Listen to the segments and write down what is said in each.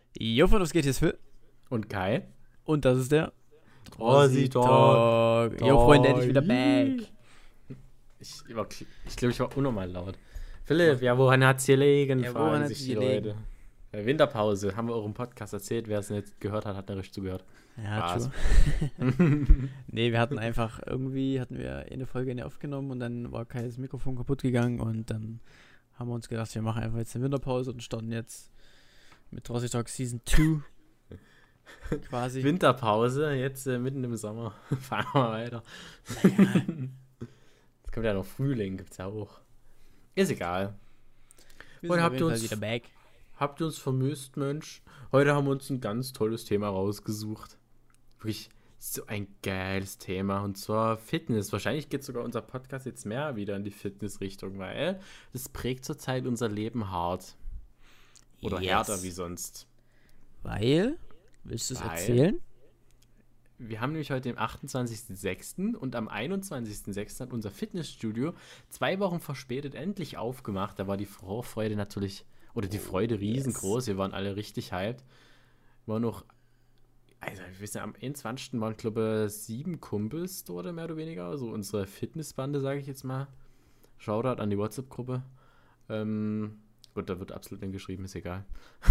Jo, von was geht jetzt Phil? Und Kai? Und das ist der Trossi Talk. Jo, Freunde, endlich wieder back. Ich glaube, ich war unnormal laut. Philipp, ja, woran hat's hier liegen? Ja, woran fragen hat's sich hier die Leute. Winterpause, haben wir auch im Podcast erzählt. Wer es nicht gehört hat, hat nicht zugehört. Ja, Spaß. true. Nee, wir hatten eine Folge aufgenommen und dann war Kais Mikrofon kaputt gegangen und dann haben wir uns gedacht, wir machen einfach jetzt eine Winterpause und starten jetzt mit Trossi Talk Season 2 quasi. Winterpause, jetzt mitten im Sommer. Fahren wir weiter. Naja, Jetzt kommt ja noch Frühling, gibt's ja auch. Ist egal. wir Und sind auf habt jeden ihr Fall uns- wieder back. Habt ihr uns vermisst, Mensch? Heute haben wir uns ein ganz tolles Thema rausgesucht. Wirklich so ein geiles Thema. Und zwar Fitness. Wahrscheinlich geht sogar unser Podcast jetzt mehr wieder in die Fitnessrichtung, weil das prägt zurzeit unser Leben hart. Oder Yes. härter wie sonst. Willst du es Weil- erzählen? Wir haben nämlich heute den 28.06. und am 21.06. hat unser Fitnessstudio 2 Wochen verspätet endlich aufgemacht. Da war die Vorfreude natürlich, oder die Freude riesengroß. Wir waren alle richtig hyped. War noch, also ich weiß nicht, am 21. waren, glaube ich, 7 Kumpels dort, mehr oder weniger. Also unsere Fitnessbande, sage ich jetzt mal. Shoutout an die WhatsApp-Gruppe. Gut, da wird absolut nicht geschrieben, ist egal.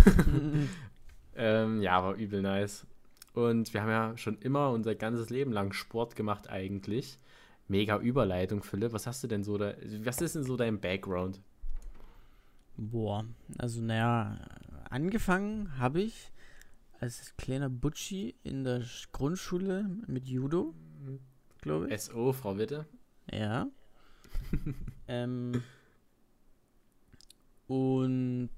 Ja, war übel nice. Und wir haben ja schon immer unser ganzes Leben lang Sport gemacht eigentlich. Mega Überleitung, Philipp. Was ist denn so dein Background? Boah, also naja, angefangen habe ich als kleiner Butschi in der Grundschule mit Judo, glaube ich. SO, Frau Witte. Ja. Und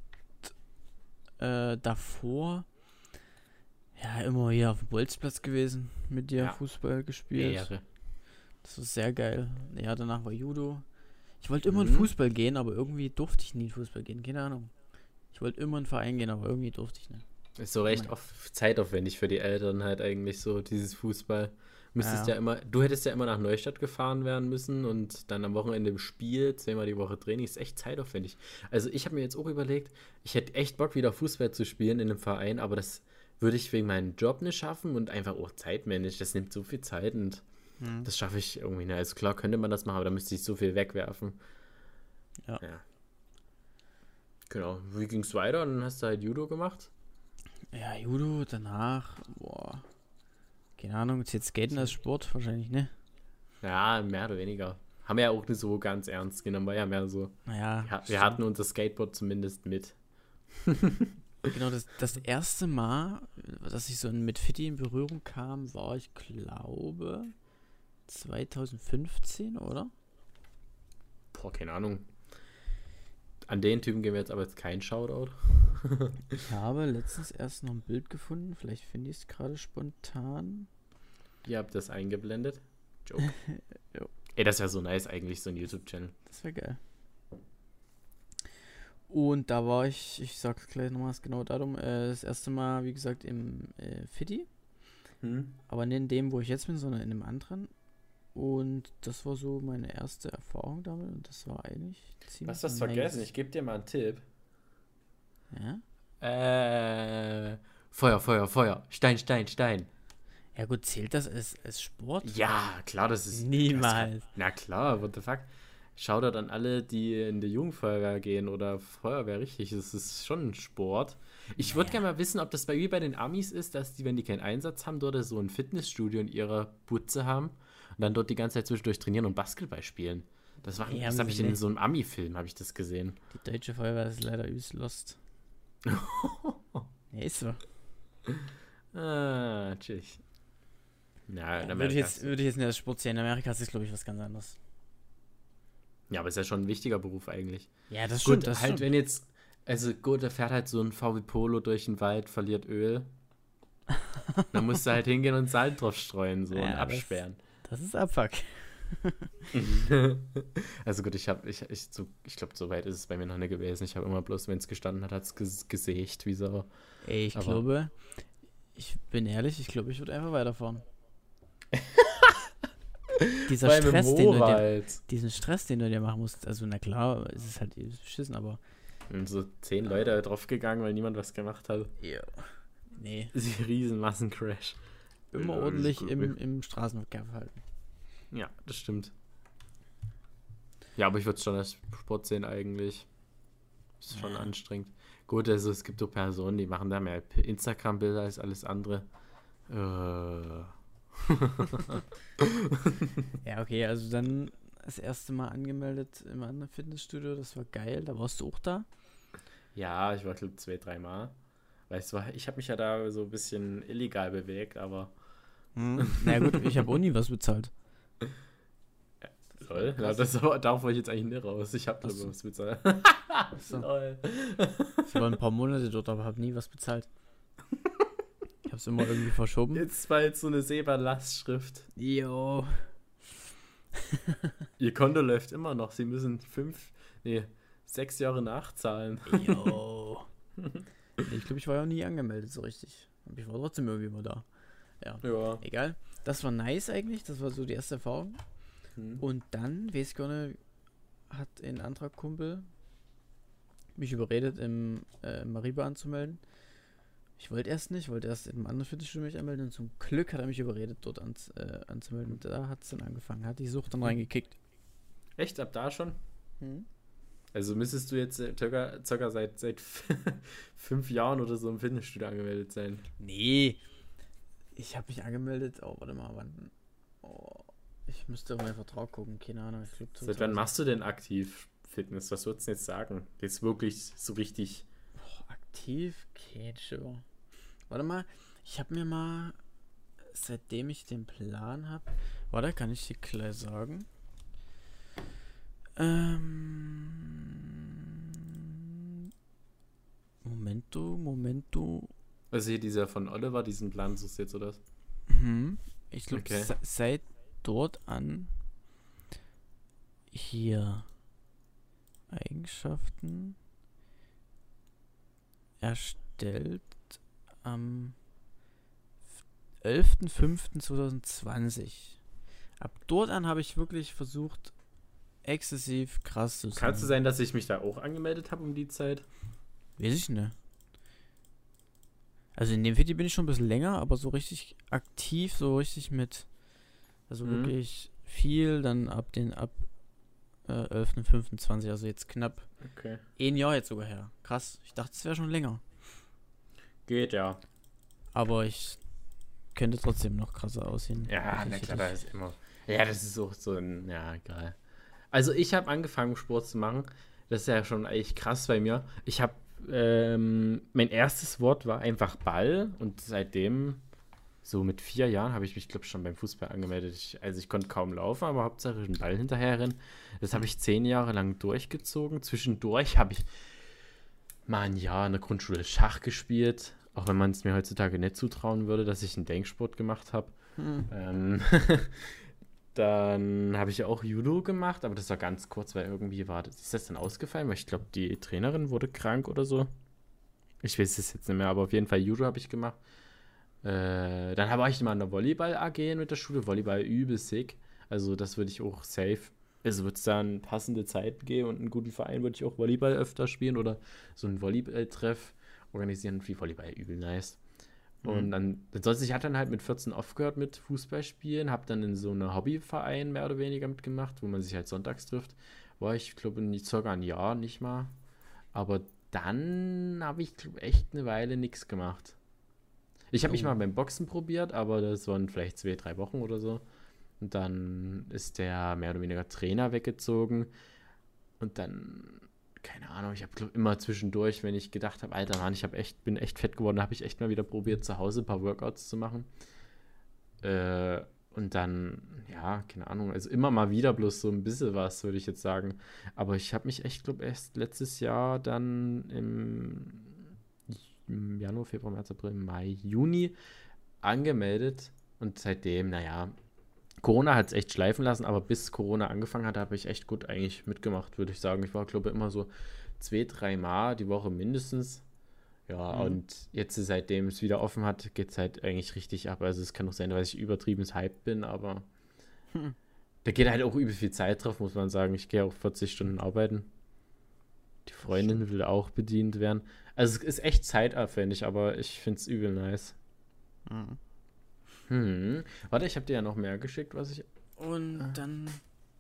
davor ja immer hier auf dem Bolzplatz gewesen, mit dir Ja. Fußball gespielt. Ehre. Das war sehr geil. Ja, danach war Judo. Ich wollte immer in Mhm. Fußball gehen, aber irgendwie durfte ich nie in Fußball gehen. Keine Ahnung. Ich wollte immer in einen Verein gehen, aber irgendwie durfte ich nicht. Ist so recht oft zeitaufwendig für die Eltern halt eigentlich so, dieses Fußball. Du hättest ja immer nach Neustadt gefahren werden müssen und dann am Wochenende im Spiel, 2-mal die Woche Training, ist echt zeitaufwendig. Also ich habe mir jetzt auch überlegt, ich hätte echt Bock, wieder Fußball zu spielen in einem Verein, aber das würde ich wegen meinem Job nicht schaffen und einfach auch zeitmäßig. Das nimmt so viel Zeit und das schaffe ich irgendwie nicht. Also klar könnte man das machen, aber da müsste ich so viel wegwerfen. Ja. Genau. Wie ging es weiter? Dann hast du halt Judo gemacht. Ja, Judo, danach, boah. Keine Ahnung, ist jetzt Skaten als Sport? Wahrscheinlich, ne? Ja, mehr oder weniger. Haben wir ja auch nicht so ganz ernst genommen, war ja mehr so. Naja. Wir hatten unser Skateboard zumindest mit. Genau, das erste Mal, dass ich so mit Fitti in Berührung kam, war, ich glaube, 2015, oder? Boah, keine Ahnung. An den Typen geben wir jetzt aber jetzt keinen Shoutout. Ich habe letztens erst noch ein Bild gefunden, vielleicht finde ich es gerade spontan. Ihr habt das eingeblendet. Joke. Jo. Ey, das wäre so nice eigentlich, so ein YouTube-Channel. Das wäre geil. Und da war ich sag's gleich nochmal das genaue Datum, das erste Mal, wie gesagt, im Fitti. Aber nicht in dem, wo ich jetzt bin, sondern in dem anderen. Und das war so meine erste Erfahrung damit und das war eigentlich ziemlich Hast du was nice. vergessen? Ich gebe dir mal einen Tipp. Ja? Feuer. Stein. Ja gut, zählt das als Sport? Ja, klar, das ist... Niemals. Na klar, what the fuck. Shoutout an alle, die in die Jugendfeuerwehr gehen oder Feuerwehr, richtig. Das ist schon ein Sport. Ich würde gerne mal wissen, ob das wie bei den Amis ist, dass die, wenn die keinen Einsatz haben, dort so ein Fitnessstudio in ihrer Butze haben und dann dort die ganze Zeit zwischendurch trainieren und Basketball spielen. Das Nee, habe haben ich sie in nicht. so einem Ami-Film, habe ich das gesehen. Die deutsche Feuerwehr ist leider übelst lost. Ja, ist so. Tschüss. Ja, in Würde ich Amerika jetzt nicht als Sport sehen. In Amerika ist es, glaube ich, was ganz anderes. ja, aber ist ja schon ein wichtiger Beruf eigentlich. Ja, das Gut, stimmt. Das halt, stimmt. wenn jetzt, also gut, da fährt halt so ein VW Polo durch den Wald, verliert Öl. Dann musst du halt hingehen und Salz drauf streuen so Ja, und das- absperren. Das ist Abfuck. Also gut, ich glaube, so weit ist es bei mir noch nicht gewesen. Ich habe immer bloß, wenn es gestanden hat, hat es gesägt, wie so. Ey, ich Aber- glaube, ich bin ehrlich, ich glaube, ich würde einfach weiterfahren. Dieser Vor allem im Stress, den du dir, Urwald. diesen Stress, den du dir machen musst, also na klar, es ist halt beschissen, aber Und so 10 Leute draufgegangen, weil niemand was gemacht hat. Ja. Nee. Die riesen Massencrash. Immer ordentlich im Straßenverkehr verhalten. Ja, das stimmt. Ja, aber ich würde es schon als Sport sehen eigentlich. Ist schon anstrengend. Gut, also es gibt so Personen, die machen da mehr Instagram-Bilder als alles andere. Ja, okay, also dann das erste Mal angemeldet im anderen Fitnessstudio, das war geil, da warst du auch da. Ja, ich war glaube 2-3 Mal. Weißt du, ich habe mich ja da so ein bisschen illegal bewegt, aber Na gut, ich habe auch nie was bezahlt. lol, ja, darauf war ich jetzt eigentlich nicht raus. Ich habe glaube was bezahlt. So. Lol. Ich war ein paar Monate dort, aber habe nie was bezahlt. Ich habe es immer irgendwie verschoben. Jetzt war jetzt so eine SEPA-Lastschrift. Jo. Ihr Konto läuft immer noch. Sie müssen 6 Jahre nachzahlen. Jo. Ich glaube, ich war ja auch nie angemeldet so richtig. Aber ich war trotzdem irgendwie immer da. Ja. Egal. Das war nice eigentlich. Das war so die erste Erfahrung. Und dann, weiß ich gar nicht, hat ein anderer Kumpel mich überredet, im Mariba anzumelden. Ich wollte erst nicht, wollte erst in einem anderen Fitnessstudio mich anmelden und zum Glück hat er mich überredet, dort anzumelden. Und da hat es dann angefangen, hat die Sucht dann reingekickt. Echt? Ab da schon? Also müsstest du jetzt circa seit 5 Jahren oder so im Fitnessstudio angemeldet sein? Nee. Ich habe mich angemeldet, warte mal, wann? Ich müsste auf meinen Vertrag gucken, keine Ahnung. Ich glaub, Seit wann machst du denn aktiv Fitness? Was würdest du jetzt sagen? Jetzt wirklich so richtig... Aktiv? Okay, sure. Warte mal, ich habe mir mal, seitdem ich den Plan habe, warte, kann ich dir gleich sagen? Momento. Also hier dieser von Oliver, diesen Plan suchst du jetzt, oder was? Ich glaube, Okay. seit dort an hier Eigenschaften erstellt am 11.05.2020. Ab dort an habe ich wirklich versucht, exzessiv krass zu sein. Kann es sein, dass ich mich da auch angemeldet habe um die Zeit? Weiß ich nicht. Also in dem Video bin ich schon ein bisschen länger, aber so richtig aktiv, so richtig mit, also wirklich viel, dann ab 11.05.20, also jetzt knapp ein Jahr jetzt sogar her. Krass, ich dachte, es wäre schon länger. Geht, ja. Aber ich könnte trotzdem noch krasser aussehen. Ja, na klar, das ist immer... Ja, das ist auch so ein... Ja, egal. Also ich habe angefangen, Sport zu machen. Das ist ja schon eigentlich krass bei mir. Ich habe... mein erstes Wort war einfach Ball und seitdem, so mit 4 Jahren, habe ich mich, glaube ich, schon beim Fußball angemeldet. Ich konnte kaum laufen, aber hauptsächlich einen Ball hinterherrennen. Das habe ich 10 Jahre lang durchgezogen. Zwischendurch habe ich mal ein Jahr in der Grundschule Schach gespielt, auch wenn man es mir heutzutage nicht zutrauen würde, dass ich einen Denksport gemacht habe. Dann habe ich auch Judo gemacht, aber das war ganz kurz, weil irgendwie ist das dann ausgefallen, weil ich glaube, die Trainerin wurde krank oder so. Ich weiß es jetzt nicht mehr, aber auf jeden Fall Judo habe ich gemacht. Dann war ich mal in der Volleyball-AG mit der Schule, Volleyball übel sick. Also das würde ich auch safe, also wird es da eine passende Zeit geben und einen guten Verein würde ich auch Volleyball öfter spielen oder so einen Volleyball-Treff organisieren, wie Volleyball übel nice. Und dann, ich hatte dann halt mit 14 aufgehört mit Fußballspielen, habe dann in so einem Hobbyverein mehr oder weniger mitgemacht, wo man sich halt sonntags trifft. War ich, glaube ich, circa ein Jahr, nicht mal. Aber dann habe ich, glaube echt eine Weile nichts gemacht. Ich habe mich mal beim Boxen probiert, aber das waren vielleicht 2-3 Wochen oder so. Und dann ist der mehr oder weniger Trainer weggezogen. Und dann... Keine Ahnung, ich habe immer zwischendurch, wenn ich gedacht habe, Alter Mann, bin echt fett geworden, habe ich echt mal wieder probiert, zu Hause ein paar Workouts zu machen. Und dann, ja, keine Ahnung, also immer mal wieder bloß so ein bisschen was, würde ich jetzt sagen. Aber ich habe mich echt, glaube ich, erst letztes Jahr dann im Januar, Februar, März, April, Mai, Juni angemeldet. Und seitdem, naja, Corona hat es echt schleifen lassen, aber bis Corona angefangen hat, habe ich echt gut eigentlich mitgemacht, würde ich sagen. Ich war, glaube ich, immer so 2-3 Mal die Woche mindestens. Ja, und jetzt, seitdem es wieder offen hat, geht es halt eigentlich richtig ab. Also es kann auch sein, dass ich übertriebenes Hype bin, aber da geht halt auch übel viel Zeit drauf, muss man sagen. Ich gehe auch 40 Stunden arbeiten. Die Freundin will auch bedient werden. Also es ist echt zeitaufwendig, aber ich finde es übel nice. Warte, ich habe dir ja noch mehr geschickt, was ich... Und dann,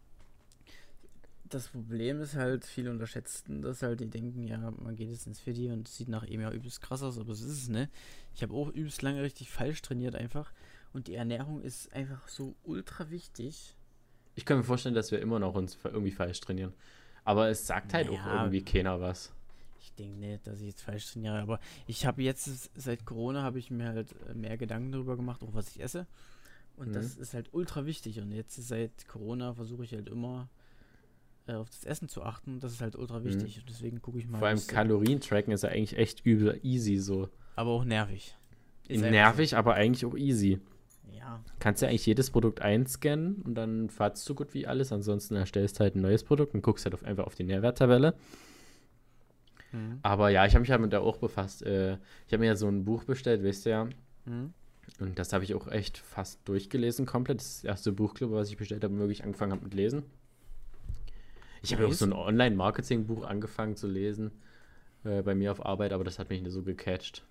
das Problem ist halt, viele unterschätzen das halt, die denken, ja, man geht jetzt ins Fitti und es sieht nach ihm ja übelst krass aus, aber es ist es, ne? Ich habe auch übelst lange richtig falsch trainiert einfach und die Ernährung ist einfach so ultra wichtig. Ich kann mir vorstellen, dass wir immer noch uns irgendwie falsch trainieren. Aber es sagt halt auch irgendwie keiner was. Ich denke nicht, dass ich jetzt falsch trainiere, aber ich habe jetzt, seit Corona, habe ich mir halt mehr Gedanken darüber gemacht, auch was ich esse. Und das ist halt ultra wichtig. Und jetzt seit Corona versuche ich halt immer auf das Essen zu achten. Und das ist halt ultra wichtig. Und deswegen gucke ich mal. Vor allem Kalorien-Tracken ist ja eigentlich echt übel easy so. Aber auch nervig. Nervig, aber eigentlich auch easy. Ja. Kannst ja eigentlich jedes Produkt einscannen und dann fahrst du so gut wie alles. Ansonsten erstellst du halt ein neues Produkt und guckst halt einfach auf die Nährwerttabelle. Aber ja, ich habe mich halt mit der auch befasst. Ich habe mir ja so ein Buch bestellt, weißt du ja. Und das habe ich auch echt fast durchgelesen komplett. Das ist das erste Buch, glaube ich, was ich bestellt habe und wirklich angefangen habe mit Lesen. Ich habe ja auch so ein Online-Marketing-Buch angefangen zu lesen bei mir auf Arbeit, aber das hat mich nicht so gecatcht.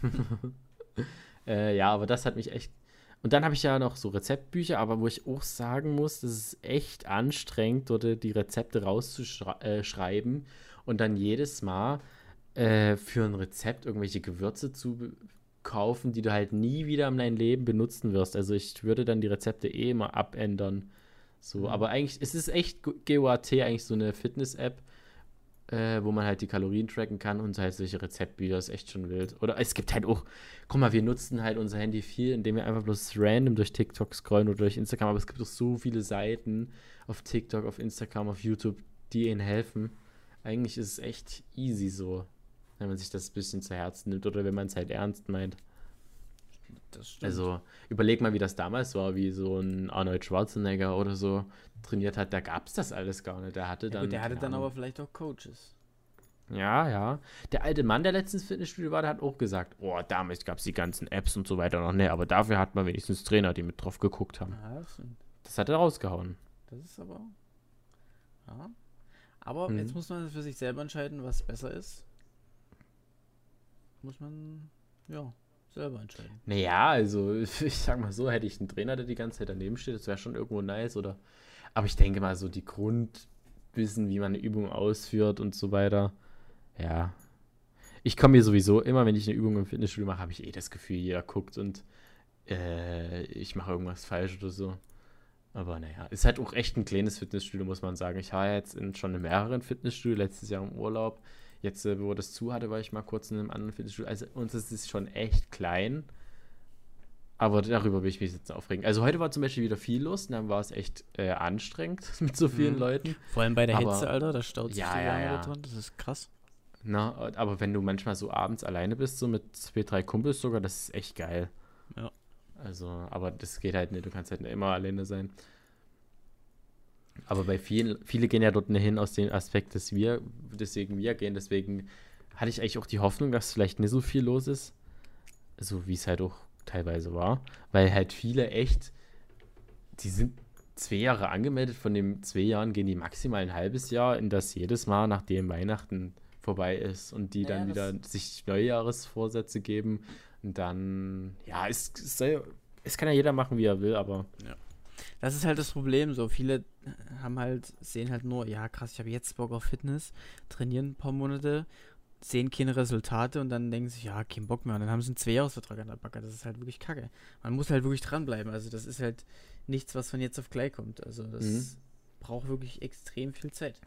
Ja, aber das hat mich echt... Und dann habe ich ja noch so Rezeptbücher, aber wo ich auch sagen muss, das ist echt anstrengend, dort die Rezepte rauszuschreiben und dann jedes Mal für ein Rezept irgendwelche Gewürze zu kaufen, die du halt nie wieder in deinem Leben benutzen wirst. Also ich würde dann die Rezepte immer abändern. So, aber eigentlich, es ist echt GOAT, eigentlich so eine Fitness-App, wo man halt die Kalorien tracken kann und halt solche Rezeptbücher, ist echt schon wild. Oder es gibt halt auch, guck mal, wir nutzen halt unser Handy viel, indem wir einfach bloß random durch TikTok scrollen oder durch Instagram, aber es gibt auch so viele Seiten auf TikTok, auf Instagram, auf YouTube, die ihnen helfen. Eigentlich ist es echt easy so, wenn man sich das ein bisschen zu Herzen nimmt oder wenn man es halt ernst meint. Das stimmt. Also überleg mal, wie das damals war, wie so ein Arnold Schwarzenegger oder so trainiert hat, da gab es das alles gar nicht. Der hatte dann aber vielleicht auch Coaches. Ja. Der alte Mann, der letztens Fitnessstudio war, der hat auch gesagt, oh, damals gab es die ganzen Apps und so weiter noch nicht, aber dafür hat man wenigstens Trainer, die mit drauf geguckt haben. Ja, das stimmt. Das hat er rausgehauen. Das ist aber... Ja. Aber jetzt muss man für sich selber entscheiden, was besser ist. Muss man, ja, selber entscheiden. Naja, also ich sag mal so, hätte ich einen Trainer, der die ganze Zeit daneben steht, das wäre schon irgendwo nice, oder? Aber ich denke mal so die Grundwissen, wie man eine Übung ausführt und so weiter, ja. Ich komme mir sowieso, immer wenn ich eine Übung im Fitnessstudio mache, habe ich das Gefühl, jeder guckt und ich mache irgendwas falsch oder so. Aber naja, ist halt auch echt ein kleines Fitnessstudio, muss man sagen. Ich war jetzt schon in mehreren Fitnessstudios, letztes Jahr im Urlaub. Jetzt, wo das zu hatte, war ich mal kurz in einem anderen Fitnessstudio. Also uns ist es schon echt klein. Aber darüber will ich mich jetzt aufregen. Also heute war zum Beispiel wieder viel los und dann war es echt anstrengend mit so vielen Leuten. Vor allem bei der Hitze, Alter, da staut sich die Wärme ja. drin. Das ist krass. Na, aber wenn du manchmal so abends alleine bist, so mit 2, 3 Kumpels sogar, das ist echt geil. Ja. Also, aber das geht halt nicht, du kannst halt nicht immer alleine sein. Aber bei viele gehen ja dort nicht hin aus dem Aspekt, deswegen wir gehen, deswegen hatte ich eigentlich auch die Hoffnung, dass vielleicht nicht so viel los ist, so wie es halt auch teilweise war, weil halt viele echt, die sind 2 Jahre angemeldet, von den 2 Jahren gehen die maximal ein halbes Jahr in das jedes Mal, nachdem Weihnachten vorbei ist und die dann wieder sich Neujahresvorsätze geben und dann, ja, es kann ja jeder machen, wie er will, aber... Ja. Das ist halt das Problem, so viele sehen halt nur, ja krass, ich habe jetzt Bock auf Fitness, trainieren ein paar Monate, sehen keine Resultate und dann denken sich, ja, kein Bock mehr. Und dann haben sie einen 2-Jahres-Vertrag an der Backe. Das ist halt wirklich kacke. Man muss halt wirklich dranbleiben. Also das ist halt nichts, was von jetzt auf gleich kommt. Also das braucht wirklich extrem viel Zeit.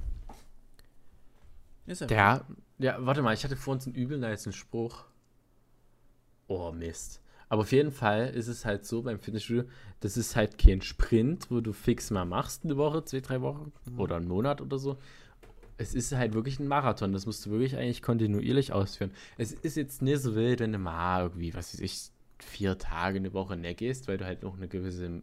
Ist ja, warte mal, ich hatte vorhin so einen übel nice Spruch. Oh, Mist. Aber auf jeden Fall ist es halt so beim Fitnessstudio, das ist halt kein Sprint, wo du fix mal machst, eine Woche, 2, 3 Wochen oder einen Monat oder so. Es ist halt wirklich ein Marathon, das musst du wirklich eigentlich kontinuierlich ausführen. Es ist jetzt nicht so wild, wenn du mal irgendwie, was weiß ich, 4 Tage eine Woche nicht gehst, weil du halt noch eine gewisse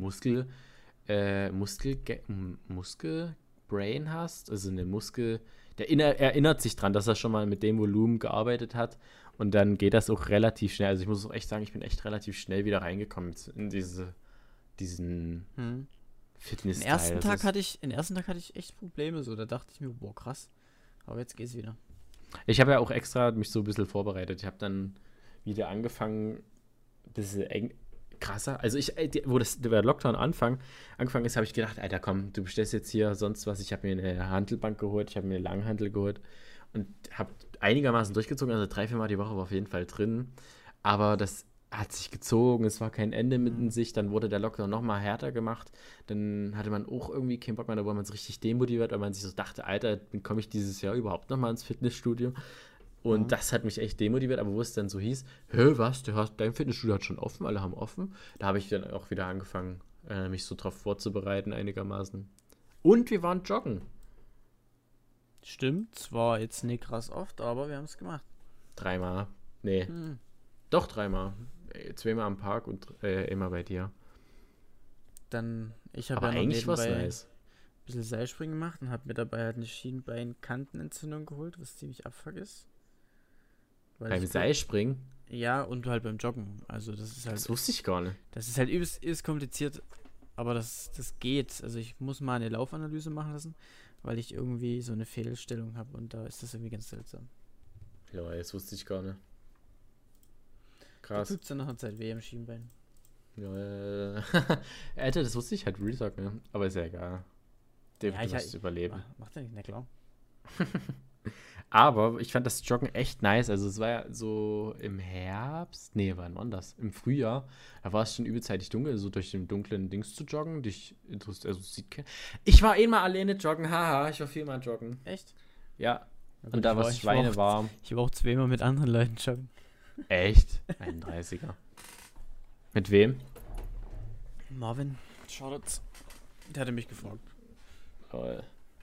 Muskelbrain hast, also eine Muskel, der erinnert sich dran, dass er schon mal mit dem Volumen gearbeitet hat und dann geht das auch relativ schnell. Also ich muss auch echt sagen, ich bin echt relativ schnell wieder reingekommen in diesen Fitness-Style. Den ersten Tag hatte ich echt Probleme, so, da dachte ich mir, boah, krass. Aber jetzt geht's wieder. Ich habe ja auch extra mich so ein bisschen vorbereitet. Ich habe dann wieder angefangen, ein bisschen krasser. Also wo der Lockdown angefangen ist, habe ich gedacht, Alter, komm, du bestellst jetzt hier sonst was. Ich habe mir eine Hantelbank geholt, ich habe mir eine Langhantel geholt und habe einigermaßen durchgezogen. Also 3-4 Mal die Woche war auf jeden Fall drin. Aber das hat sich gezogen, es war kein Ende mit in sich. Dann wurde der Lockdown nochmal härter gemacht. Dann hatte man auch irgendwie keinen Bock mehr, da wurde man so richtig demotiviert, weil man sich so dachte, Alter, komme ich dieses Jahr überhaupt nochmal ins Fitnessstudio? Und das hat mich echt demotiviert, aber wo es dann so hieß, was, dein Fitnessstudio hat schon offen, alle haben offen. Da habe ich dann auch wieder angefangen, mich so drauf vorzubereiten einigermaßen. Und wir waren joggen. Stimmt, zwar jetzt nicht krass oft, aber wir haben es gemacht. 3-mal. Nee. Doch 3-mal. 2-mal am Park und immer bei dir. Dann, ich habe Aber ja noch eigentlich was nebenbei nice. ein bisschen Seilspringen gemacht und habe mir dabei halt eine Schienbeinkantenentzündung geholt, was ziemlich abfuck ist. Weil Beim Seilspringen? Ja, und halt beim Joggen. Also das ist halt. Das wusste ich gar nicht. Das ist halt übelst kompliziert, aber das geht. Also ich muss mal eine Laufanalyse machen lassen, weil ich irgendwie so eine Fehlstellung habe und da ist das irgendwie ganz seltsam. Ja, das wusste ich gar nicht. Da Krass. tut's dann nach einer Zeit weh im Schienbein. Ja, Alter, das wusste ich halt Real Talk, ne? Aber ist ja egal. Du wirst überleben. Macht ja nicht, na klar. Aber ich fand das Joggen echt nice. Also es war ja so im Herbst. Nee, wann war das? Im Frühjahr. Da war es schon übelzeitig dunkel, so durch den dunklen Dings zu joggen. Ich war eh mal alleine joggen, haha. Ich war 4-mal joggen. Echt? Ja. Und da war es schweinewarm. Ich war auch 2-mal mit anderen Leuten joggen. Echt? 31er. Mit wem? Marvin, Shoutouts. Der hatte mich gefragt. Toll.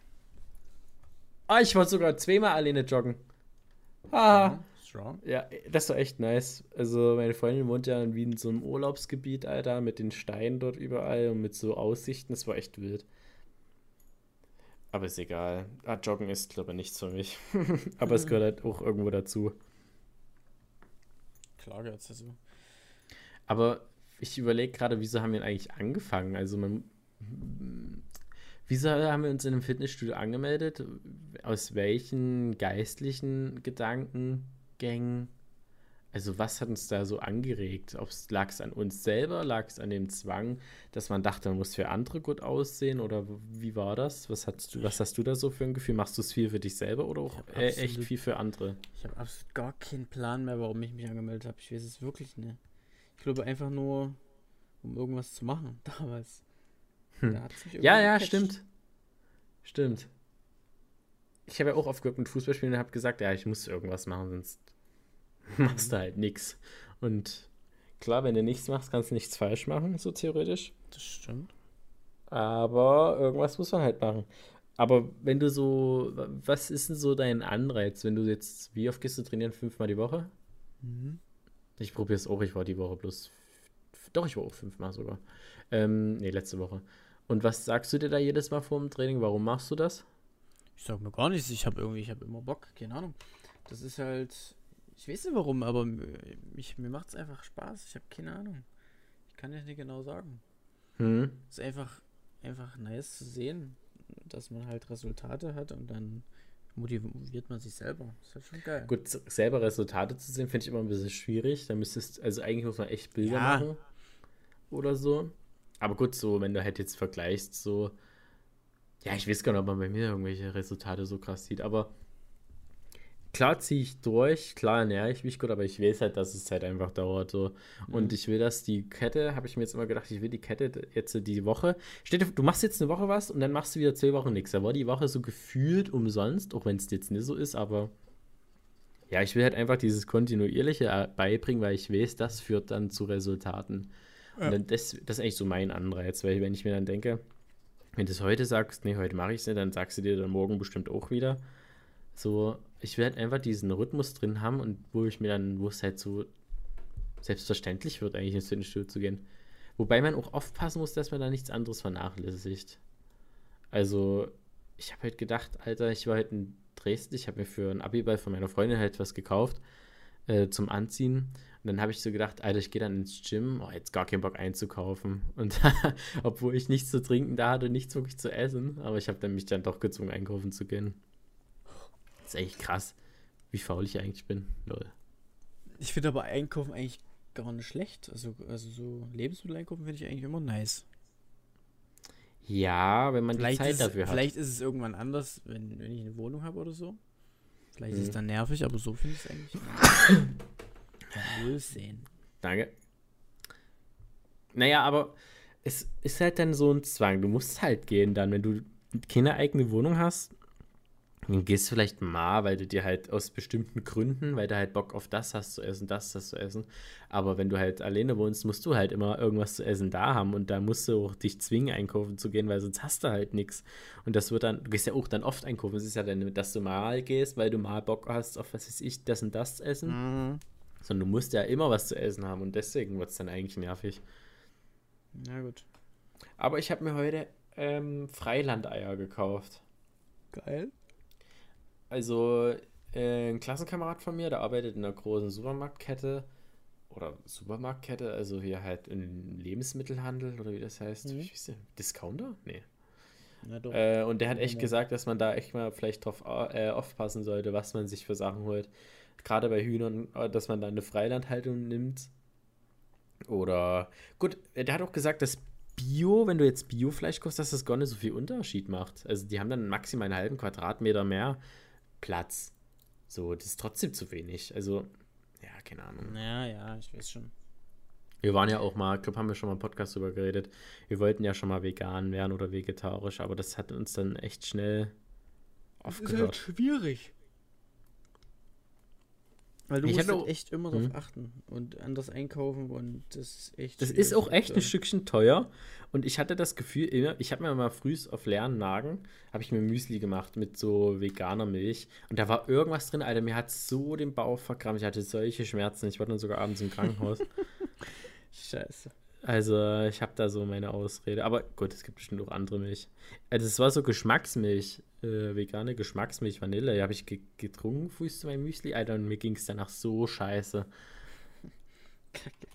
Ich wollte sogar 2-mal alleine joggen. Ah. Strong. Ja, das war echt nice. Also meine Freundin wohnt ja wie in so einem Urlaubsgebiet, Alter, mit den Steinen dort überall und mit so Aussichten. Das war echt wild. Aber ist egal. Joggen ist, glaube ich, nichts für mich. Aber es gehört halt auch irgendwo dazu. Klar gehört's dazu. Aber ich überlege gerade, wieso haben wir eigentlich angefangen? Also wieso haben wir uns in einem Fitnessstudio angemeldet? Aus welchen geistlichen Gedankengängen? Also was hat uns da so angeregt? Lag es an uns selber? Lag es an dem Zwang, dass man dachte, man muss für andere gut aussehen? Oder wie war das? Was hast du da so für ein Gefühl? Machst du es viel für dich selber oder auch echt viel für andere? Ich habe absolut gar keinen Plan mehr, warum ich mich angemeldet habe. Ich weiß es wirklich nicht. Ich glaube einfach nur, um irgendwas zu machen damals. Da hat's mich Ja, gecatcht. stimmt. Ich habe ja auch aufgehört mit Fußballspielen und habe gesagt, ja, ich muss irgendwas machen, sonst machst du halt nichts. Und klar, wenn du nichts machst, kannst du nichts falsch machen, so theoretisch. Das stimmt. Aber irgendwas muss man halt machen. Aber wenn du so, was ist denn so dein Anreiz, wenn du jetzt, wie oft gehst du trainieren? 5-mal die Woche? Ich probiere es auch, ich war die Woche bloß, doch, ich war auch 5-mal sogar. Nee, letzte Woche. Und was sagst du dir da jedes Mal vor dem Training? Warum machst du das? Ich sag mir gar nichts. Ich habe immer Bock. Keine Ahnung. Das ist halt, ich weiß nicht warum, aber mir macht es einfach Spaß. Ich habe keine Ahnung. Ich kann das nicht genau sagen. Es ist einfach nice zu sehen, dass man halt Resultate hat und dann motiviert man sich selber. Das ist halt schon geil. Gut, selber Resultate zu sehen, finde ich immer ein bisschen schwierig. Da also eigentlich muss man echt Bilder Ja. machen oder so. Aber gut, so, wenn du halt jetzt vergleichst, so, ja, ich weiß gar nicht, ob man bei mir irgendwelche Resultate so krass sieht, aber klar ziehe ich durch, klar ernähre ich mich gut, aber ich weiß halt, dass es halt einfach dauert, so. Und ich will, dass die Kette, habe ich mir jetzt immer gedacht, ich will die Kette jetzt die Woche, du machst jetzt eine Woche was und dann machst du wieder 2 Wochen nichts. Da war die Woche so gefühlt umsonst, auch wenn es jetzt nicht so ist, aber ja, ich will halt einfach dieses Kontinuierliche beibringen, weil ich weiß, das führt dann zu Resultaten. Ja. Und dann das ist eigentlich so mein Anreiz, weil wenn ich mir dann denke, wenn du es heute sagst, nee, heute mache ich es nicht, dann sagst du dir dann morgen bestimmt auch wieder. So, ich will halt einfach diesen Rhythmus drin haben und wo es halt so selbstverständlich wird, eigentlich ins Fitnessstudio zu gehen. Wobei man auch aufpassen muss, dass man da nichts anderes vernachlässigt. Also, ich habe halt gedacht, Alter, ich war halt in Dresden, ich habe mir für ein Abiball von meiner Freundin halt was gekauft zum Anziehen. Und dann habe ich so gedacht, Alter, ich gehe dann ins Gym, jetzt gar keinen Bock einzukaufen. Und obwohl ich nichts zu trinken da hatte, nichts wirklich zu essen, aber ich habe mich dann doch gezwungen, einkaufen zu gehen. Das ist echt krass, wie faul ich eigentlich bin. Lol. Ich finde aber Einkaufen eigentlich gar nicht schlecht. Also so Lebensmittel einkaufen finde ich eigentlich immer nice. Ja, wenn man die Zeit dafür hat. Vielleicht ist es irgendwann anders, wenn ich eine Wohnung habe oder so. Vielleicht ist es dann nervig, aber so finde ich es eigentlich wohl sehen. Danke. Naja, aber es ist halt dann so ein Zwang. Du musst halt gehen dann, wenn du keine eigene Wohnung hast. Dann gehst du vielleicht mal, weil du dir halt aus bestimmten Gründen, weil du halt Bock auf das hast zu essen, das zu essen. Aber wenn du halt alleine wohnst, musst du halt immer irgendwas zu essen da haben und da musst du auch dich zwingen, einkaufen zu gehen, weil sonst hast du halt nichts. Und das wird dann, du gehst ja auch dann oft einkaufen. Es ist ja dann, dass du mal gehst, weil du mal Bock hast auf, was weiß ich, das und das essen. Mhm. Sondern du musst ja immer was zu essen haben und deswegen wird es dann eigentlich nervig. Na gut. Aber ich habe mir heute Freilandeier gekauft. Geil. Also, ein Klassenkamerad von mir, der arbeitet in einer großen Supermarktkette. Oder Supermarktkette, also hier halt im Lebensmittelhandel oder wie das heißt. Mhm. Wie ist der? Discounter? Nee. Na doch. Und der hat echt Ja. gesagt, dass man da echt mal vielleicht drauf aufpassen sollte, was man sich für Sachen holt. Gerade bei Hühnern, dass man da eine Freilandhaltung nimmt. Oder, gut, der hat auch gesagt, dass Bio, wenn du jetzt Biofleisch kaufst, dass das gar nicht so viel Unterschied macht. Also die haben dann maximal einen halben Quadratmeter mehr Platz. So, das ist trotzdem zu wenig. Also, ja, keine Ahnung. Ja, ich weiß schon. Wir waren ja auch mal, ich glaube, haben wir schon mal im Podcast drüber geredet. Wir wollten ja schon mal vegan werden oder vegetarisch, aber das hat uns dann echt schnell aufgehört. Schwierig. Weil du Ich musst hatte halt auch- echt immer drauf achten und anders einkaufen und das ist echt Das schwierig. ist auch echt ein Stückchen teuer. Und ich hatte das Gefühl, ich habe mir mal früh auf leeren Magen, habe ich mir Müsli gemacht mit so veganer Milch. Und da war irgendwas drin, Alter, mir hat so den Bauch verkrampft. Ich hatte solche Schmerzen. Ich war dann sogar abends im Krankenhaus. Scheiße. Also ich habe da so meine Ausrede. Aber gut, es gibt bestimmt auch andere Milch. Also es war so Geschmacksmilch, vegane Geschmacksmilch, Vanille. Die habe ich getrunken, früh zu meinem Müsli, Alter. Und mir ging es danach so scheiße. Kacke.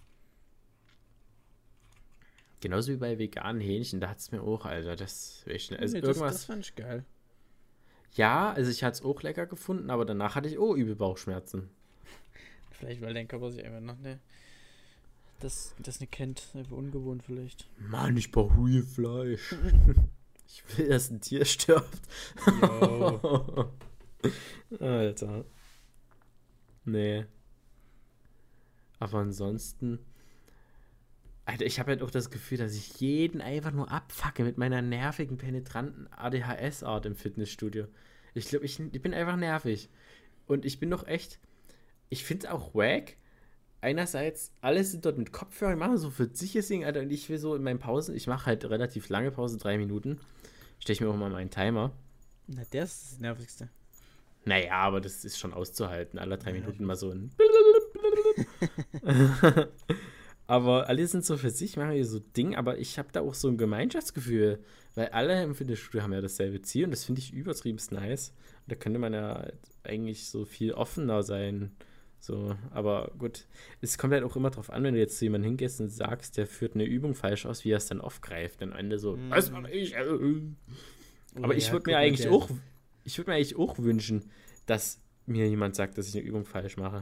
Genauso wie bei veganen Hähnchen, da hat es mir auch, Alter, das also Nee, irgendwas. das fand ich geil. Ja, also ich hatte es auch lecker gefunden, aber danach hatte ich übel Bauchschmerzen. Vielleicht, weil dein Körper sich einfach noch das nicht kennt. Einfach ungewohnt vielleicht. Mann, ich brauche Hühnerfleisch. Ich will, dass ein Tier stirbt. Yo. Alter. Nee. Aber ansonsten. Alter, ich habe halt auch das Gefühl, dass ich jeden einfach nur abfacke mit meiner nervigen, penetranten ADHS-Art im Fitnessstudio. Ich glaube, ich bin einfach nervig. Und ich bin doch echt. Ich finde es auch wack. Einerseits, alle sind dort mit Kopfhörer, ich mache so für sich Ding, Alter, und ich will so in meinen Pausen, ich mache halt relativ lange Pausen, 3 Minuten. Stelle ich mir auch mal meinen Timer. Na, der ist das Nervigste. Naja, aber das ist schon auszuhalten, alle 3 Minuten mal so ein. Aber alle sind so für sich, machen hier so Ding, aber ich habe da auch so ein Gemeinschaftsgefühl, weil alle im Fitnessstudio haben ja dasselbe Ziel und das finde ich übertrieben nice. Und da könnte man ja eigentlich so viel offener sein. So, aber gut, es kommt halt auch immer drauf an, wenn du jetzt zu jemandem hingehst und sagst, der führt eine Übung falsch aus, wie er es dann aufgreift. Und am Ende so, was mache ich? Aber ich würde mir eigentlich auch wünschen, dass mir jemand sagt, dass ich eine Übung falsch mache.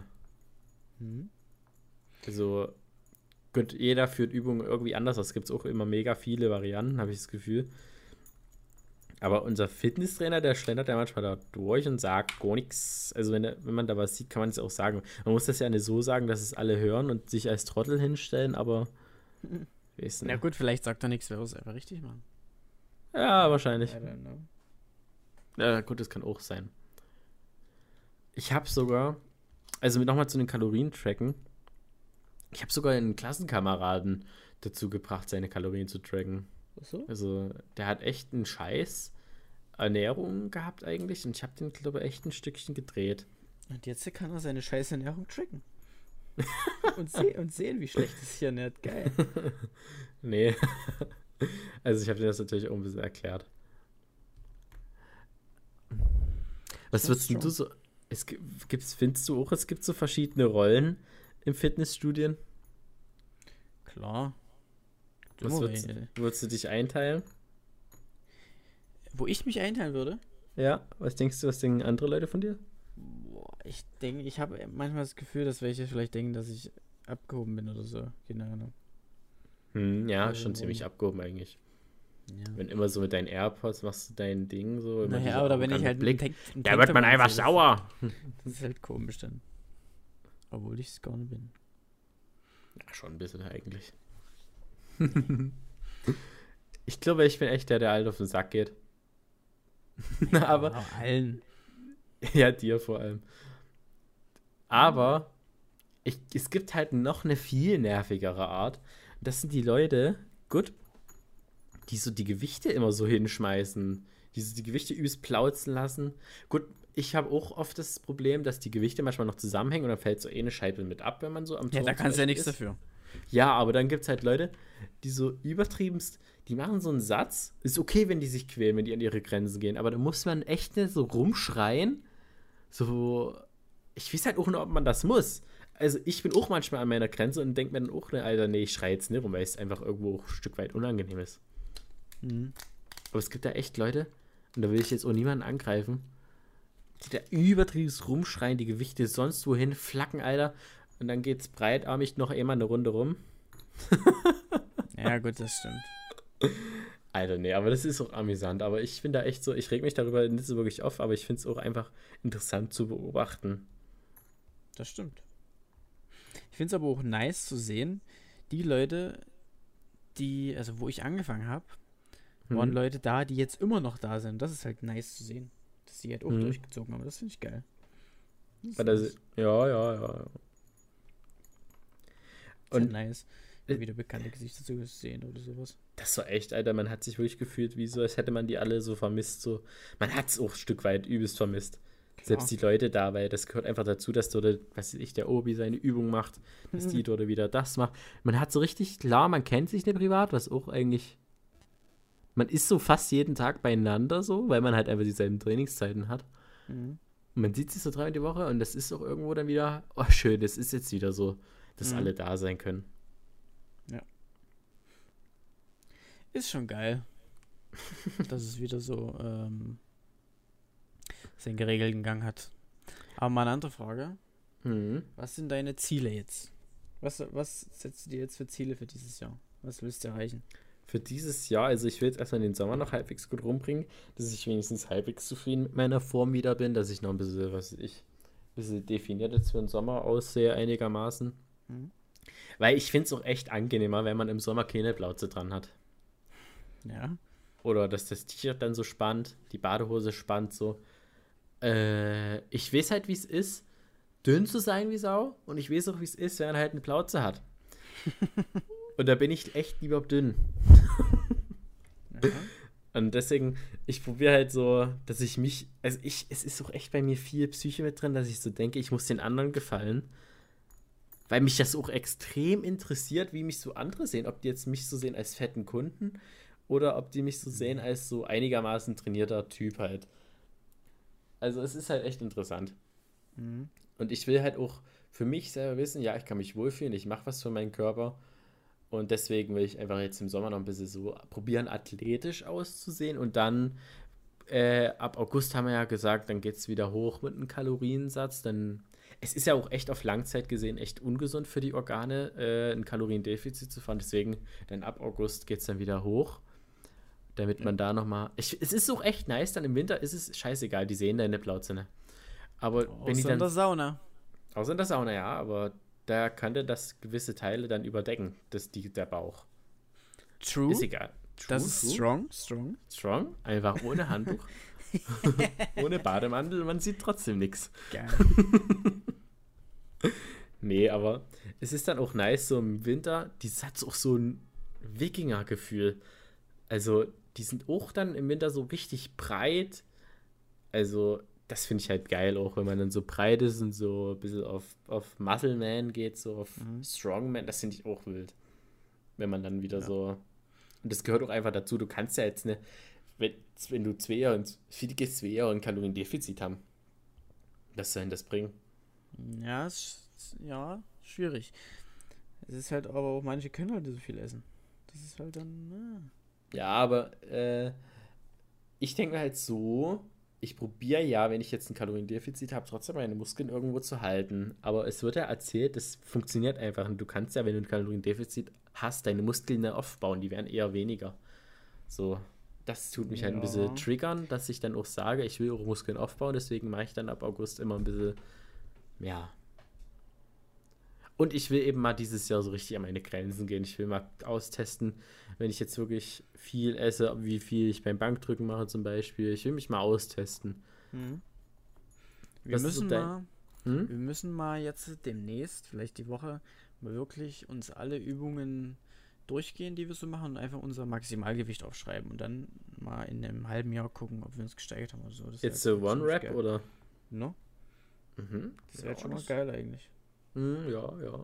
Also, gut, jeder führt Übungen irgendwie anders aus. Es gibt auch immer mega viele Varianten, habe ich das Gefühl. Aber unser Fitnesstrainer, der schlendert ja manchmal da durch und sagt gar nichts. Also wenn man da was sieht, kann man es auch sagen. Man muss das ja nicht so sagen, dass es alle hören und sich als Trottel hinstellen, aber weiß Na nicht. gut, vielleicht sagt er nichts, wer es einfach richtig machen. Ja, wahrscheinlich. I don't know. Ja, gut, das kann auch sein. Ich habe sogar, also nochmal zu den Kalorien-Tracken, ich habe sogar einen Klassenkameraden dazu gebracht, seine Kalorien zu tracken. So? Also, der hat echt einen Scheiß Ernährung gehabt eigentlich und ich habe den, glaube ich, echt ein Stückchen gedreht. Und jetzt kann er seine scheiß Ernährung tracken. und sehen, wie schlecht es hier ernährt. Geil. Nee. Also, ich habe dir das natürlich auch ein bisschen erklärt. Was würdest denn du so. Findest du auch, es gibt so verschiedene Rollen im Fitnessstudien? Klar. Was würdest du dich einteilen? Wo ich mich einteilen würde? Ja, was denkst du, was denken andere Leute von dir? Boah, ich denke, ich habe manchmal das Gefühl, dass welche vielleicht denken, dass ich abgehoben bin oder so. Keine Ahnung. Ja, Warum, schon ziemlich warum? abgehoben eigentlich. Ja. Wenn immer so mit deinen AirPods machst du dein Ding so, immer Naja, dieser oder wenn ich arrogante halt Blick. Einen Da wird Tanktop man einfach anziehe, sauer. das ist halt komisch dann. Obwohl ich es gar nicht bin. Ja, schon ein bisschen eigentlich. Ich glaube, ich bin echt der alt auf den Sack geht. Aber, Ja, allen. ja, dir vor allem. Aber es gibt halt noch eine viel nervigere Art. Das sind die Leute, gut, die so die Gewichte immer so hinschmeißen. Die so die Gewichte übelst plauzen lassen. Gut, ich habe auch oft das Problem, dass die Gewichte manchmal noch zusammenhängen und dann fällt so eine Scheibe mit ab, wenn man so am Ja, Turm da zum kannst du ja Beispiel nichts ist. dafür. Ja, aber dann gibt es halt Leute, die so übertriebenst, die machen so einen Satz. Ist okay, wenn die sich quälen, wenn die an ihre Grenzen gehen, aber da muss man echt nicht so rumschreien. So, ich weiß halt auch nur, ob man das muss. Also ich bin auch manchmal an meiner Grenze und denke mir dann auch, ne, Alter, nee, ich schreie jetzt nicht rum, weil es einfach irgendwo auch ein Stück weit unangenehm ist. Mhm. Aber es gibt da echt Leute, und da will ich jetzt auch niemanden angreifen, die da übertrieben rumschreien, die Gewichte sonst wohin flacken, Alter. Und dann geht's breitarmig noch einmal eine Runde rum. Ja, gut, das stimmt. Alter, nee, aber das ist auch amüsant. Aber ich bin da echt so, ich reg mich darüber nicht so wirklich auf, aber ich finde es auch einfach interessant zu beobachten. Das stimmt. Ich finde es aber auch nice zu sehen, die Leute, also wo ich angefangen habe, waren Leute da, die jetzt immer noch da sind. Das ist halt nice zu sehen. Dass sie halt auch durchgezogen haben. Das finde ich geil. Ja. Und Und halt nice, wieder bekannte Gesichter zu sehen oder sowas. das war echt, Alter, man hat sich wirklich gefühlt, wie so, als hätte man die alle so vermisst. So. Man hat es auch ein Stück weit übelst vermisst. Klar. Selbst die Leute da, weil das gehört einfach dazu, dass dort, was weiß ich, der Obi seine Übung macht, dass die dort wieder das macht. Man hat so richtig, klar, man kennt sich nicht privat, was auch eigentlich, man ist so fast jeden Tag beieinander so, weil man halt einfach dieselben Trainingszeiten hat. Mhm. Und man sieht sich so 3 die Woche und das ist auch irgendwo dann wieder, oh schön, das ist jetzt wieder so, dass alle da sein können. Ja. Ist schon geil. Dass es wieder so seinen geregelten Gang hat. Aber mal eine andere Frage. Was sind deine Ziele jetzt? Was setzt du dir jetzt für Ziele für dieses Jahr? Was willst du erreichen? Für dieses Jahr, also ich will jetzt erstmal den Sommer noch halbwegs gut rumbringen, dass ich wenigstens halbwegs zufrieden mit meiner Form wieder bin, dass ich noch ein bisschen, ein bisschen definiert jetzt für den Sommer aussehe einigermaßen. Mhm. Weil ich finde es auch echt angenehmer, wenn man im Sommer keine Plauze dran hat. Ja. Oder dass das T-Shirt dann so spannt, die Badehose spannt so. Ich weiß halt, wie es ist, dünn zu sein wie Sau. Und ich weiß auch, wie es ist, wenn man halt eine Plauze hat. Und da bin ich echt lieber dünn. Ja. Und deswegen, ich probiere halt so, dass ich mich, es ist auch echt bei mir viel Psyche mit drin, dass ich so denke, ich muss den anderen gefallen. Weil mich das auch extrem interessiert, wie mich so andere sehen. Ob die jetzt mich so sehen als fetten Kunden oder ob die mich so sehen als so einigermaßen trainierter Typ halt. Also es ist halt echt interessant. Mhm. Und ich will halt auch für mich selber wissen, ja, ich kann mich wohlfühlen, ich mache was für meinen Körper. Und deswegen will ich einfach jetzt im Sommer noch ein bisschen so probieren, athletisch auszusehen. Und dann ab August haben wir ja gesagt, dann geht es wieder hoch mit einem Kaloriensatz. Dann, es ist ja auch echt auf Langzeit gesehen echt ungesund für die Organe, ein Kaloriendefizit zu fahren. Deswegen, dann ab August geht es dann wieder hoch. Damit man da nochmal. Es ist auch echt nice, dann im Winter ist es scheißegal, die sehen deine Plauze, ne? Aber wenn die Außer dann. in der Sauna. Außer in der Sauna, ja, aber da könnte das gewisse Teile dann überdecken, der Bauch. True. Ist egal. Das ist strong. Strong, einfach ohne Handtuch, ohne Bademantel, man sieht trotzdem nichts. Geil. Nee, aber es ist dann auch nice, so im Winter, die hat auch so ein Wikinger-Gefühl. Also, die sind auch dann im Winter so richtig breit. Also, das finde ich halt geil, auch wenn man dann so breit ist und so ein bisschen auf Muscle Man geht, so auf Strongman, das finde ich auch wild. Wenn man dann wieder so. Und das gehört auch einfach dazu, du kannst ja jetzt nicht, wenn du viele gehst 2 Jahre ein Kaloriendefizit haben. Was soll denn das bringen? Ja, schwierig. Es ist halt aber auch, manche können halt nicht so viel essen. Das ist halt dann, Ja, aber ich denke mir halt so, ich probiere ja, wenn ich jetzt ein Kaloriendefizit habe, trotzdem meine Muskeln irgendwo zu halten. Aber es wird ja erzählt, das funktioniert einfach. Und du kannst ja, wenn du ein Kaloriendefizit hast, deine Muskeln ja aufbauen. Die werden eher weniger. So, das tut mich halt ein bisschen Ja. triggern, dass ich dann auch sage, ich will eure Muskeln aufbauen. Deswegen mache ich dann ab August immer ein bisschen, ja. Und ich will eben mal dieses Jahr so richtig an meine Grenzen gehen. Ich will mal austesten, wenn ich jetzt wirklich viel esse, wie viel ich beim Bankdrücken mache zum Beispiel. Ich will mich mal austesten. Mhm. Wir Was ist so müssen dein... mal, Hm? wir müssen mal jetzt demnächst, vielleicht die Woche, mal wirklich uns alle Übungen durchgehen, die wir so machen und einfach unser Maximalgewicht aufschreiben und dann mal in einem halben Jahr gucken, ob wir uns gesteigert haben oder so. Das Jetzt wäre so One-Rap geil. oder? No? Mhm. Das wäre Ja, schon mal das- geil eigentlich. Ja.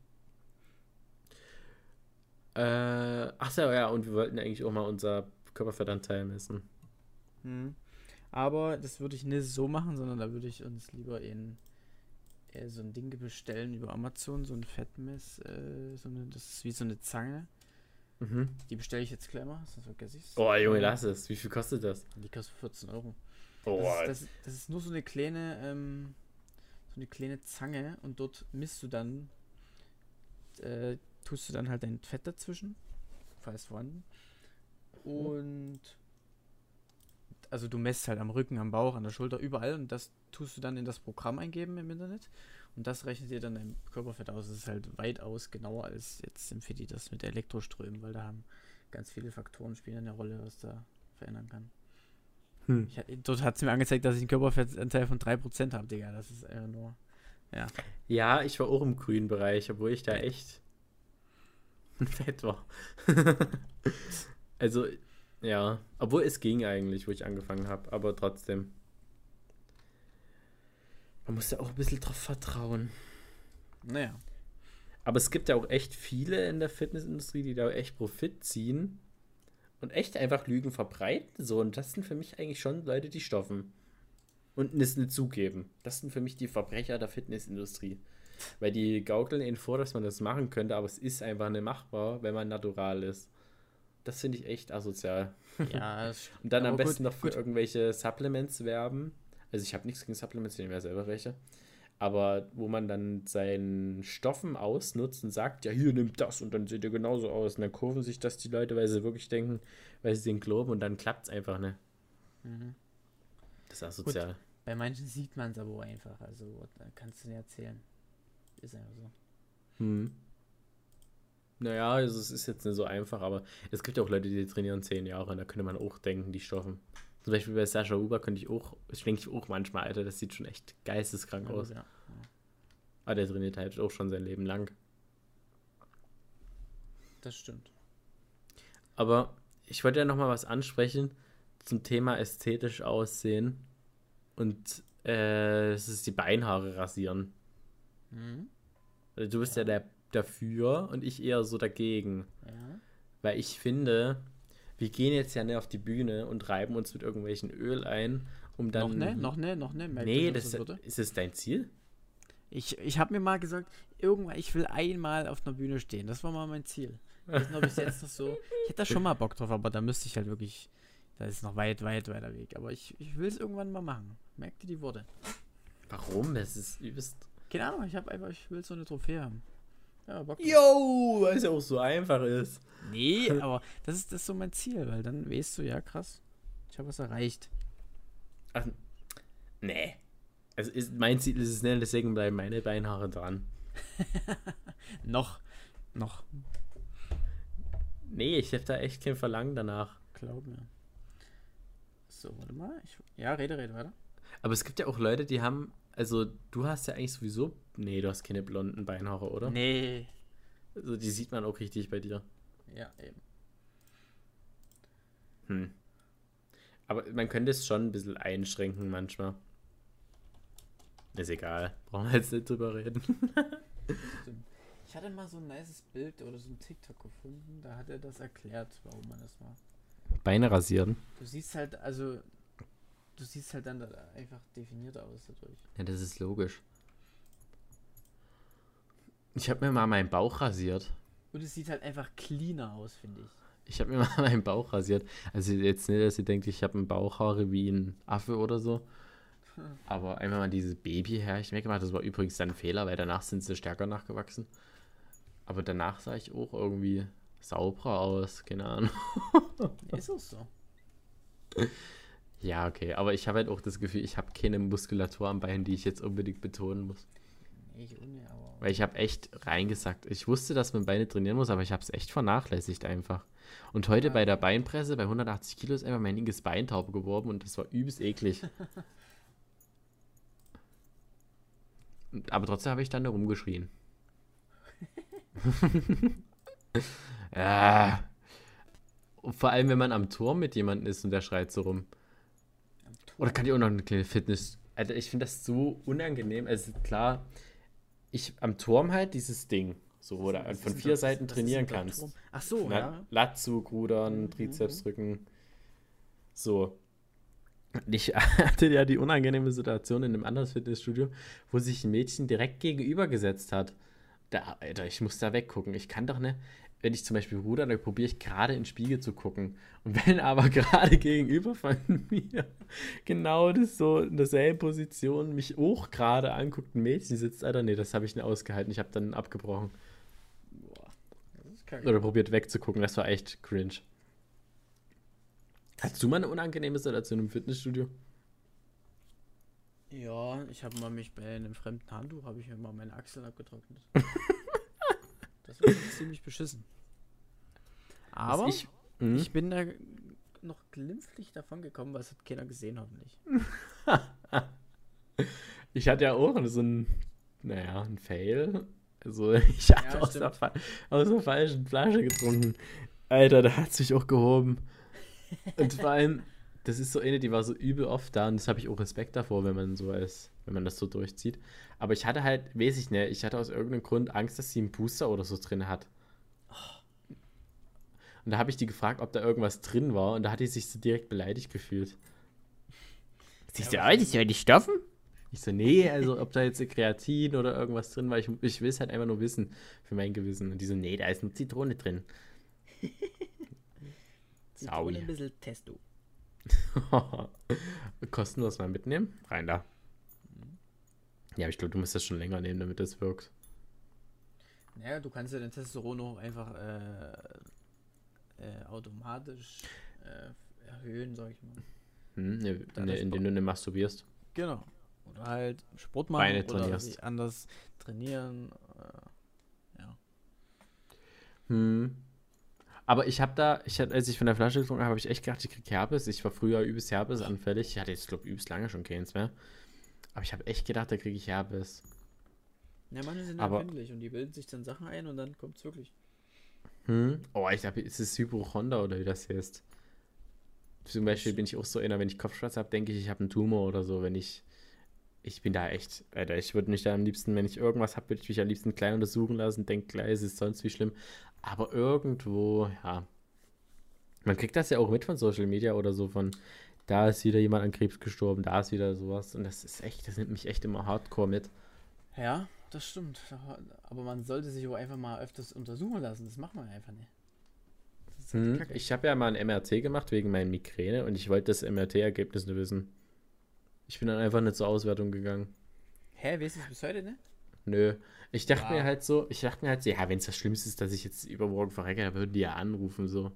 Ach so, ja, und wir wollten eigentlich auch mal unser Körperfettanteil messen. Mhm. Aber das würde ich nicht so machen, sondern da würde ich uns lieber so ein Ding bestellen über Amazon, so ein Fettmess, das ist wie so eine Zange. Mhm. Die bestelle ich jetzt gleich mal, sonst vergesse ich's. Oh, Junge, lass es. Wie viel kostet das? Die kostet 14 Euro. Oh, Das ist nur so eine kleine Zange und dort misst du dann, tust du dann halt dein Fett dazwischen, falls vorhanden. Und also du messt halt am Rücken, am Bauch, an der Schulter, überall und das tust du dann in das Programm eingeben im Internet und das rechnet dir dann dein Körperfett aus. Das ist halt weitaus genauer als jetzt im Fidi das mit Elektroströmen, weil da haben ganz viele Faktoren spielen eine Rolle, was da verändern kann. Hm. Dort hat es mir angezeigt, dass ich einen Körperfettanteil von 3% habe, Digga. Das ist einfach nur. Ja. Ja, ich war auch im grünen Bereich, obwohl ich da echt fett war. Also, ja. Obwohl es ging eigentlich, wo ich angefangen habe, aber trotzdem. Man muss ja auch ein bisschen drauf vertrauen. Naja. Aber es gibt ja auch echt viele in der Fitnessindustrie, die da echt Profit ziehen und echt einfach Lügen verbreiten. So, und das sind für mich eigentlich schon Leute, die stoffen. Und es nicht zugeben. Das sind für mich die Verbrecher der Fitnessindustrie. Weil die gaukeln ihnen vor, dass man das machen könnte, aber es ist einfach nicht machbar, wenn man natural ist. Das finde ich echt asozial. Ja, Und dann aber am besten gut, noch für irgendwelche Supplements werben. Also ich habe nichts gegen Supplements, ich nehme ja selber welche. Aber wo man dann seinen Stoffen ausnutzt und sagt, ja, hier, nimmt das und dann seht ihr genauso aus. Und dann kurven sich das die Leute, weil sie wirklich denken, weil sie den glauben und dann klappt es einfach nicht. Mhm. Das ist asozial. Bei manchen sieht man es aber auch einfach. Also, da kannst du nicht erzählen. Ist einfach so. Hm. Naja, also es ist jetzt nicht so einfach, aber es gibt ja auch Leute, die trainieren 10 Jahre und da könnte man auch denken, die stoffen. Zum Beispiel bei Sascha Huber könnte ich auch, das denke ich auch manchmal, Alter, das sieht schon echt geisteskrank Ja, aus. gut, ja. Aber der trainiert halt auch schon sein Leben lang. Das stimmt. Aber ich wollte ja nochmal was ansprechen zum Thema ästhetisch aussehen. Und es ist die Beinhaare rasieren. Mhm. Also du bist ja dafür und ich eher so dagegen. Ja. Weil ich finde, wir gehen jetzt ja nicht auf die Bühne und reiben uns mit irgendwelchen Öl ein, um dann... Noch ne. Merkt Nee, euch, was das, das würde. ist es dein Ziel? Ich habe mir mal gesagt, irgendwann, ich will einmal auf einer Bühne stehen. Das war mal mein Ziel. Ich weiß nicht, ob ich jetzt noch so. Ich hätte da schon mal Bock drauf, aber da müsste ich halt wirklich. Da ist noch weit weiter Weg. Aber ich will es irgendwann mal machen. Merkt ihr die Worte? Warum? Das ist übelst... Keine Ahnung, ich will so eine Trophäe haben. Ja, Bock drauf. Yo, weil es ja auch so einfach ist. Nee, aber das ist so mein Ziel, weil dann weißt du, ja krass, ich habe was erreicht. Ach, nee. Also mein Ziel ist es nicht, deswegen bleiben meine Beinhaare dran. Noch. Nee, ich habe da echt kein Verlangen danach. Glaub mir. So, warte mal. Ja, rede weiter. Aber es gibt ja auch Leute, die haben, also du hast ja eigentlich sowieso, nee, du hast keine blonden Beinhaare, oder? Nee. Also die sieht man auch richtig bei dir. Ja, eben. Aber man könnte es schon ein bisschen einschränken manchmal. Ist egal, brauchen wir jetzt nicht drüber reden. Ich hatte mal so ein nices Bild oder so ein TikTok gefunden, da hat er das erklärt, warum man das macht. Beine rasieren? Du siehst halt dann da einfach definierter aus dadurch. Ja, das ist logisch. Ich habe mir mal meinen Bauch rasiert. Und es sieht halt einfach cleaner aus, finde ich. Ich habe mir mal meinen Bauch rasiert. Also jetzt nicht, dass ihr denkt, ich habe einen Bauchhaare wie ein Affe oder so. Aber einfach mal dieses Babyhärchen weggemacht. Das war übrigens dann ein Fehler, weil danach sind sie stärker nachgewachsen. Aber danach sah ich auch irgendwie sauberer aus. Keine Ahnung. Ist auch so. Ja, okay. Aber ich habe halt auch das Gefühl, ich habe keine Muskulatur am Bein, die ich jetzt unbedingt betonen muss. Nee, ich ohne, aber. Weil ich habe echt reingesackt. Ich wusste, dass man Beine trainieren muss, aber ich habe es echt vernachlässigt einfach. Und heute Ja. bei der Beinpresse, bei 180 Kilo, ist einfach mein linkes Bein taub geworden und das war übelst eklig. Aber trotzdem habe ich dann da rumgeschrien. Ja. Und vor allem, wenn man am Turm mit jemandem ist und der schreit so rum. Oder kann ich auch noch eine kleine Fitness... Alter, ich finde das so unangenehm. Also klar, ich am Turm halt dieses Ding, so wo du halt von 4 Seiten trainieren kannst. Ach so, ja. Latzug, Rudern, Trizeps drücken. So. Und ich hatte ja die unangenehme Situation in einem anderen Fitnessstudio, wo sich ein Mädchen direkt gegenüber gesetzt hat. Alter, ich muss da weggucken. Ich kann doch nicht, wenn ich zum Beispiel ruder, dann probiere ich gerade in den Spiegel zu gucken. Und wenn aber gerade gegenüber von mir genau das so in derselben Position mich auch gerade anguckt, ein Mädchen sitzt, Alter, nee, das habe ich nicht ausgehalten. Ich habe dann abgebrochen. Boah, das ist kacke. Oder probiert wegzugucken. Das war echt cringe. Hattest du mal eine unangenehme Situation im Fitnessstudio? Ja, ich habe mal mich bei einem fremden Handtuch, habe ich mir mal meine Achseln abgetrocknet. Das war schon ziemlich beschissen. Aber ich bin da noch glimpflich davon gekommen, was hat keiner gesehen, hoffentlich. Ich hatte ja auch so ein Fail. Also ich habe Ja, aus stimmt. der falschen Flasche getrunken. Alter, da hat sich auch gehoben. Und vor allem, das ist so eine, die war so übel oft da und das habe ich auch Respekt davor, wenn man so ist, wenn man das so durchzieht. Aber ich hatte halt, weiß ich nicht, ich hatte aus irgendeinem Grund Angst, dass sie einen Booster oder so drin hat. Und da habe ich die gefragt, ob da irgendwas drin war und da hat die sich so direkt beleidigt gefühlt. Siehst du, das ja die Stoffen? Ich so, nee, also ob da jetzt Kreatin oder irgendwas drin war, ich will es halt einfach nur wissen, für mein Gewissen. Und die so, nee, da ist eine Zitrone drin. Zitrone, ein bisschen Testo. Kostenlos mal mitnehmen? Rein da. Ja, aber ich glaube, du musst das schon länger nehmen, damit das wirkt. Naja, du kannst ja den Testosteron auch einfach automatisch erhöhen, sag ich mal. Indem du nicht masturbierst. Genau. Oder halt Sport machen Beine oder trainierst. sich anders trainieren. Ja. Aber als ich von der Flasche getrunken habe, habe ich echt gedacht, ich krieg Herpes. Ich war früher übelst Herpesanfällig. Ich hatte jetzt, glaube ich, übelst lange schon keins mehr. Aber ich habe echt gedacht, da kriege ich Herpes. Ja, manche sind Aber- empfindlich und die bilden sich dann Sachen ein und dann kommt es wirklich. Oh, ich glaube, es ist Hypochonder oder wie das heißt. Zum Beispiel bin ich auch so einer, wenn ich Kopfschmerzen habe, denke ich habe einen Tumor oder so. Wenn ich bin da echt, Alter, ich würde mich da am liebsten, wenn ich irgendwas habe, würde ich mich am liebsten klein untersuchen lassen, denke gleich, es ist sonst wie schlimm. Aber irgendwo, ja. Man kriegt das ja auch mit von Social Media oder so, da ist wieder jemand an Krebs gestorben, da ist wieder sowas. Und das nimmt mich echt immer hardcore mit. Ja, das stimmt. Aber man sollte sich auch einfach mal öfters untersuchen lassen. Das macht man einfach nicht. Das ist halt Kacke. Ich habe ja mal ein MRT gemacht wegen meiner Migräne und ich wollte das MRT-Ergebnis nur wissen. Ich bin dann einfach nicht zur Auswertung gegangen. Hä, weißt du es bis heute, ne? Nö. Ich dachte Wow. mir halt so, ja, wenn es das Schlimmste ist, dass ich jetzt übermorgen verrecke, dann würden die ja anrufen, so.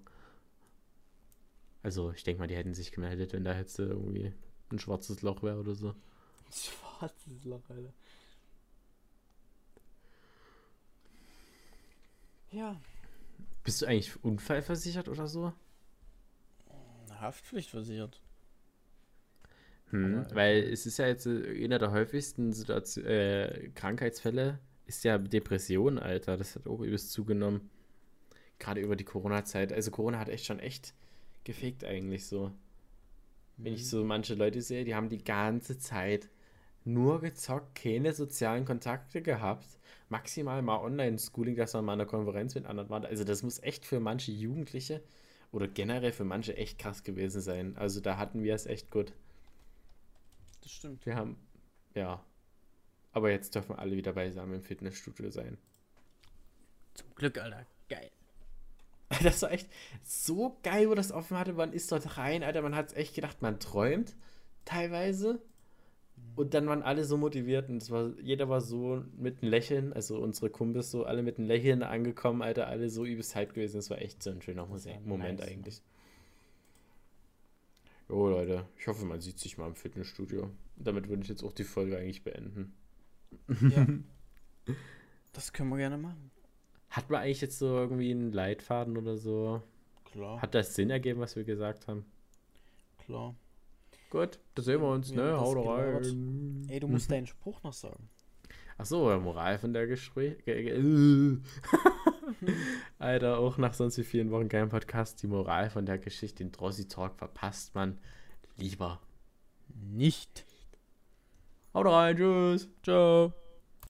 Also, ich denke mal, die hätten sich gemeldet, wenn da jetzt irgendwie ein schwarzes Loch wäre oder so. Schwarzes Loch, Alter. Ja. Bist du eigentlich unfallversichert oder so? Haftpflichtversichert. Aber, Weil es ist ja jetzt einer der häufigsten Krankheitsfälle ist ja Depression, Alter. Das hat auch übelst zugenommen. Gerade über die Corona-Zeit. Also Corona hat echt schon echt gefickt eigentlich so. Wenn ich so manche Leute sehe, die haben die ganze Zeit nur gezockt, keine sozialen Kontakte gehabt. Maximal mal Online-Schooling, dass man mal in einer Konferenz mit anderen war. Also das muss echt für manche Jugendliche oder generell für manche echt krass gewesen sein. Also da hatten wir es echt gut. Das stimmt. Wir haben, ja. Aber jetzt dürfen alle wieder beisammen im Fitnessstudio sein. Zum Glück, Alter. Geil. Das war echt so geil, wo das offen hatte. Man ist dort rein, Alter. Man hat echt gedacht, man träumt teilweise. Und dann waren alle so motiviert und jeder war so mit einem Lächeln, also unsere Kumpels so alle mit einem Lächeln angekommen, Alter, alle so übelst hyped gewesen. Das war echt so ein schöner Moment nice, eigentlich. Jo, Leute, ich hoffe, man sieht sich mal im Fitnessstudio. Damit würde ich jetzt auch die Folge eigentlich beenden. Ja. Das können wir gerne machen. Hat man eigentlich jetzt so irgendwie einen Leitfaden oder so? Klar. Hat das Sinn ergeben, was wir gesagt haben? Klar. Gut, da sehen wir uns, ne? Haut gelabert. rein. Ey, du musst deinen Spruch noch sagen. Achso, Moral von der Gespräch. Alter, auch nach sonst wie vielen Wochen kein Podcast. Die Moral von der Geschichte, den Drossi Talk verpasst man lieber Nicht. Haut rein, tschüss. Ciao.